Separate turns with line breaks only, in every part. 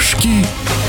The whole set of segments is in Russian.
Прыжки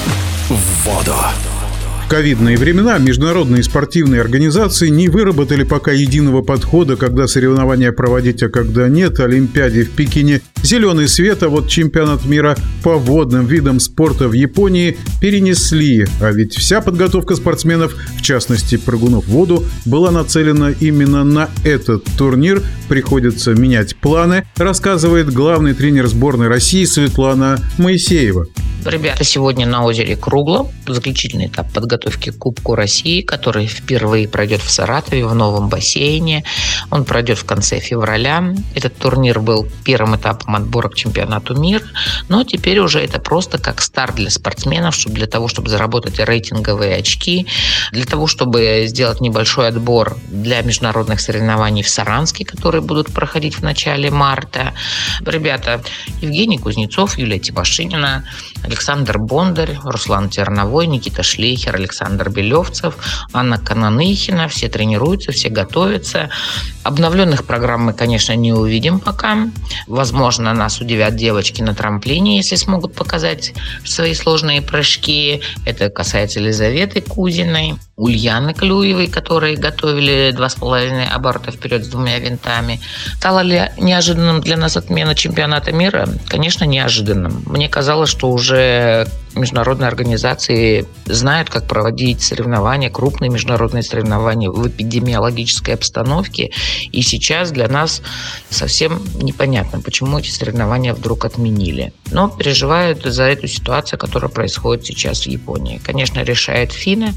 в воду.
В ковидные времена международные спортивные организации не выработали пока единого подхода, когда соревнования проводить, а когда нет. Олимпиаде в Пекине зеленый свет, а вот чемпионат мира по водным видам спорта в Японии перенесли. А ведь вся подготовка спортсменов, в частности прыгунов в воду, была нацелена именно на этот турнир. Приходится менять планы, рассказывает главный тренер сборной России Светлана Моисеева.
Ребята сегодня на озере Круглом. Заключительный этап подготовки к Кубку России, который впервые пройдет в Саратове, в новом бассейне. Он пройдет в конце февраля. Этот турнир был первым этапом отбора к чемпионату мира. Но теперь уже это просто как старт для спортсменов, для того, чтобы заработать рейтинговые очки, для того, чтобы сделать небольшой отбор для международных соревнований в Саранске, которые будут проходить в начале марта. Ребята Евгений Кузнецов, Юлия Тимошинина, Александр Бондарь, Руслан Терновой, Никита Шлейхер, Александр Белевцев, Анна Кананыхина. Все тренируются, все готовятся. Обновленных программ мы, конечно, не увидим пока. Возможно, нас удивят девочки на трамплине, если смогут показать свои сложные прыжки. Это касается Елизаветы Кузиной, Ульяны Клюевой, которые готовили 2,5 оборота вперед с 2 винтами. Стало ли неожиданным для нас отмена чемпионата мира? Конечно, неожиданным. Мне казалось, что уже международные организации знают, как проводить соревнования, крупные международные соревнования в эпидемиологической обстановке. И сейчас для нас совсем непонятно, почему эти соревнования вдруг отменили. Но переживают за эту ситуацию, которая происходит сейчас в Японии. Конечно, решает ФИНА.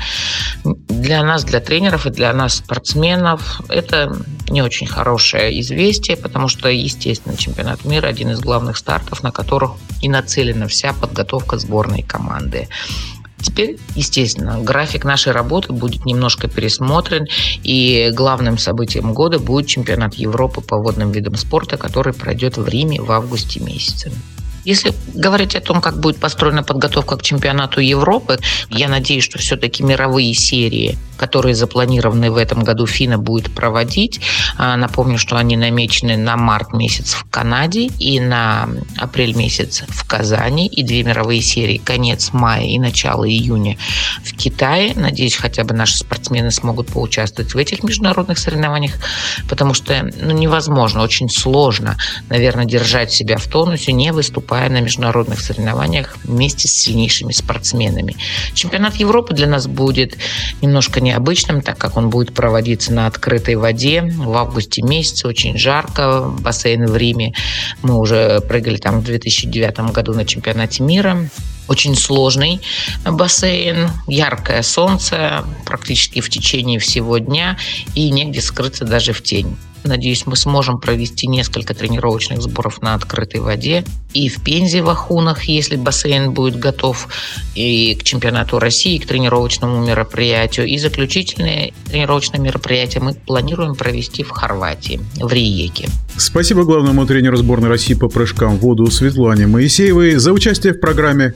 Для нас, для тренеров и для нас, спортсменов, это не очень хорошее известие, потому что, естественно, чемпионат мира – один из главных стартов, на которых и нацелена вся подготовка сборной команды. Теперь, естественно, график нашей работы будет немножко пересмотрен, и главным событием года будет чемпионат Европы по водным видам спорта, который пройдет в Риме в августе месяце. Если говорить о том, как будет построена подготовка к чемпионату Европы, я надеюсь, что все-таки мировые серии, которые запланированы в этом году, ФИНА будет проводить. Напомню, что они намечены на март месяц в Канаде и на апрель месяц в Казани. И 2 мировые серии конец мая и начало июня в Китае. Надеюсь, хотя бы наши спортсмены смогут поучаствовать в этих международных соревнованиях, потому что невозможно, очень сложно, наверное, держать себя в тонусе, не выступая на международных соревнованиях вместе с сильнейшими спортсменами. Чемпионат Европы для нас будет немножко необычным, так как он будет проводиться на открытой воде в августе месяце, очень жарко, бассейн в Риме. Мы уже прыгали там в 2009 году на чемпионате мира. Очень сложный бассейн, яркое солнце практически в течение всего дня и негде скрыться даже в тень. Надеюсь, мы сможем провести несколько тренировочных сборов на открытой воде и в Пензе, в Ахунах, если бассейн будет готов, и к чемпионату России, и к тренировочному мероприятию. И заключительное тренировочное мероприятие мы планируем провести в Хорватии, в Риеке.
Спасибо главному тренеру сборной России по прыжкам в воду Светлане Моисеевой за участие в программе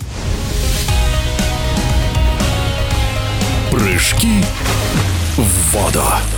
Прыжки в воду.